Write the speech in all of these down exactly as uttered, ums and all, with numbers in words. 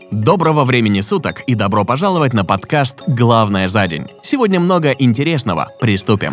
Доброго времени суток и добро пожаловать на подкаст «Главное за день». Сегодня много интересного. Приступим.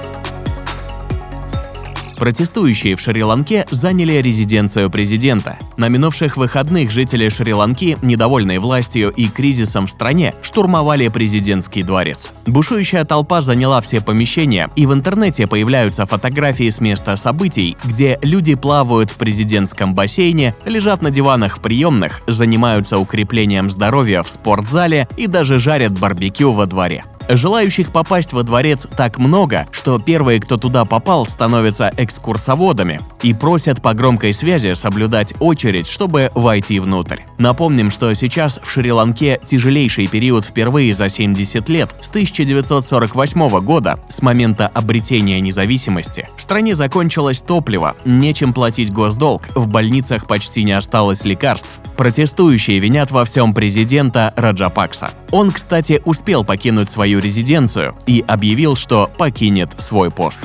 Протестующие в Шри-Ланке заняли резиденцию президента. На минувших выходных жители Шри-Ланки, недовольные властью и кризисом в стране, штурмовали президентский дворец. Бушующая толпа заняла все помещения, и в интернете появляются фотографии с места событий, где люди плавают в президентском бассейне, лежат на диванах в приемных, занимаются укреплением здоровья в спортзале и даже жарят барбекю во дворе. Желающих попасть во дворец так много, что первые, кто туда попал, становятся экскурсоводами и просят по громкой связи соблюдать очередь, чтобы войти внутрь. Напомним, что сейчас в Шри-Ланке тяжелейший период впервые за семьдесят лет, с тысяча девятьсот сорок восьмого года, с момента обретения независимости. В стране закончилось топливо, нечем платить госдолг, в больницах почти не осталось лекарств. Протестующие винят во всем президента Раджапакса. Он, кстати, успел покинуть свою резиденцию и объявил, что покинет свой пост.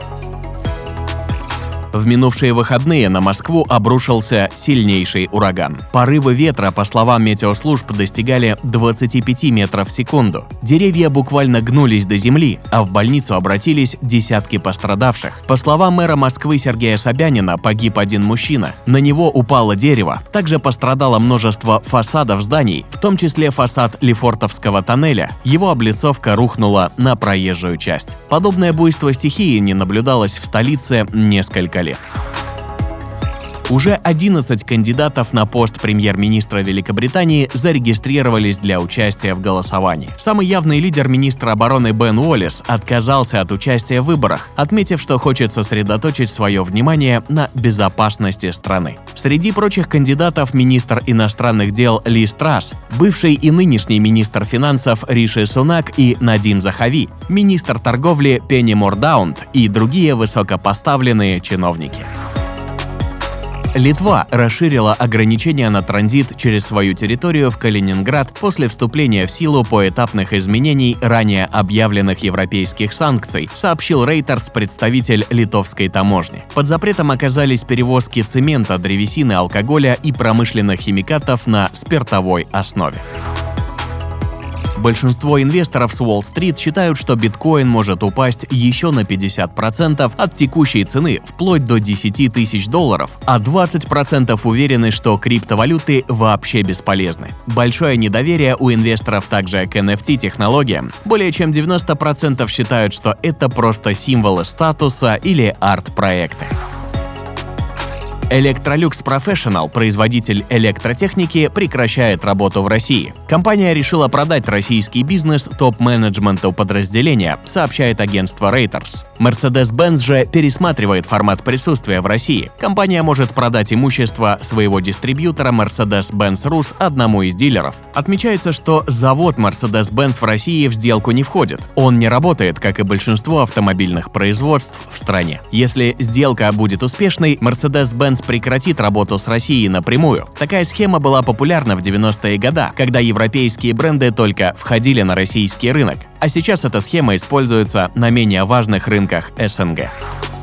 В минувшие выходные на Москву обрушился сильнейший ураган. Порывы ветра, по словам метеослужб, достигали двадцати пяти метров в секунду. Деревья буквально гнулись до земли, а в больницу обратились десятки пострадавших. По словам мэра Москвы Сергея Собянина, погиб один мужчина. На него упало дерево. Также пострадало множество фасадов зданий, в том числе фасад Лефортовского тоннеля. Его облицовка рухнула на проезжую часть. Подобное буйство стихии не наблюдалось в столице несколько лет. Уже одиннадцать кандидатов на пост премьер-министра Великобритании зарегистрировались для участия в голосовании. Самый явный лидер, министр обороны Бен Уоллес, отказался от участия в выборах, отметив, что хочет сосредоточить свое внимание на безопасности страны. Среди прочих кандидатов министр иностранных дел Лиз Трасс, бывший и нынешний министр финансов Риши Сунак и Надим Захави, министр торговли Пенни Мордаунд и другие высокопоставленные чиновники. Литва расширила ограничения на транзит через свою территорию в Калининград после вступления в силу поэтапных изменений ранее объявленных европейских санкций, сообщил Reuters, представитель литовской таможни. Под запретом оказались перевозки цемента, древесины, алкоголя и промышленных химикатов на спиртовой основе. Большинство инвесторов с Уолл-стрит считают, что биткоин может упасть еще на пятьдесят процентов от текущей цены вплоть до десяти тысяч долларов, а двадцать процентов уверены, что криптовалюты вообще бесполезны. Большое недоверие у инвесторов также к эн эф ти-технологиям. Более чем девяносто процентов считают, что это просто символы статуса или арт-проекты. Electrolux Professional, производитель электротехники, прекращает работу в России. Компания решила продать российский бизнес топ-менеджменту подразделения, сообщает агентство Reuters. Mercedes-Benz же пересматривает формат присутствия в России. Компания может продать имущество своего дистрибьютора Mercedes-Benz Rus одному из дилеров. Отмечается, что завод Mercedes-Benz в России в сделку не входит. Он не работает, как и большинство автомобильных производств в стране. Если сделка будет успешной, Mercedes-Benz прекратит работу с Россией напрямую. Такая схема была популярна в девяностые годы, когда европейские бренды только входили на российский рынок, а сейчас эта схема используется на менее важных рынках эс эн гэ.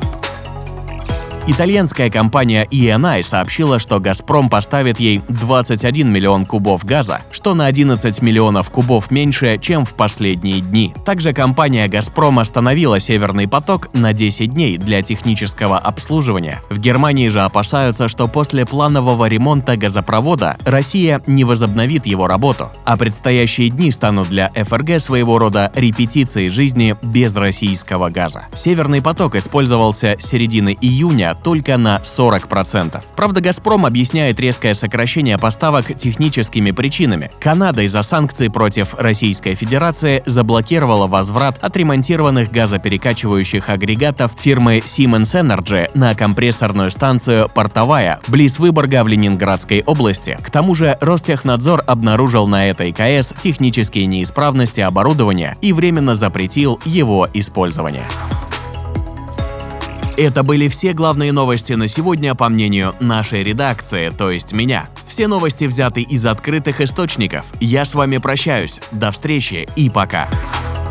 Итальянская компания и эн ай сообщила, что «Газпром» поставит ей двадцать один миллион кубов газа, что на одиннадцать миллионов кубов меньше, чем в последние дни. Также компания «Газпром» остановила «Северный поток» на десять дней для технического обслуживания. В Германии же опасаются, что после планового ремонта газопровода Россия не возобновит его работу, а предстоящие дни станут для эф эр гэ своего рода репетицией жизни без российского газа. «Северный поток» использовался с середины июня только на сорок процентов. Правда, «Газпром» объясняет резкое сокращение поставок техническими причинами. Канада из-за санкций против Российской Федерации заблокировала возврат отремонтированных газоперекачивающих агрегатов фирмы Siemens Energy на компрессорную станцию «Портовая» близ Выборга в Ленинградской области. К тому же Ростехнадзор обнаружил на этой ка эс технические неисправности оборудования и временно запретил его использование. Это были все главные новости на сегодня, по мнению нашей редакции, то есть меня. Все новости взяты из открытых источников. Я с вами прощаюсь. До встречи и пока.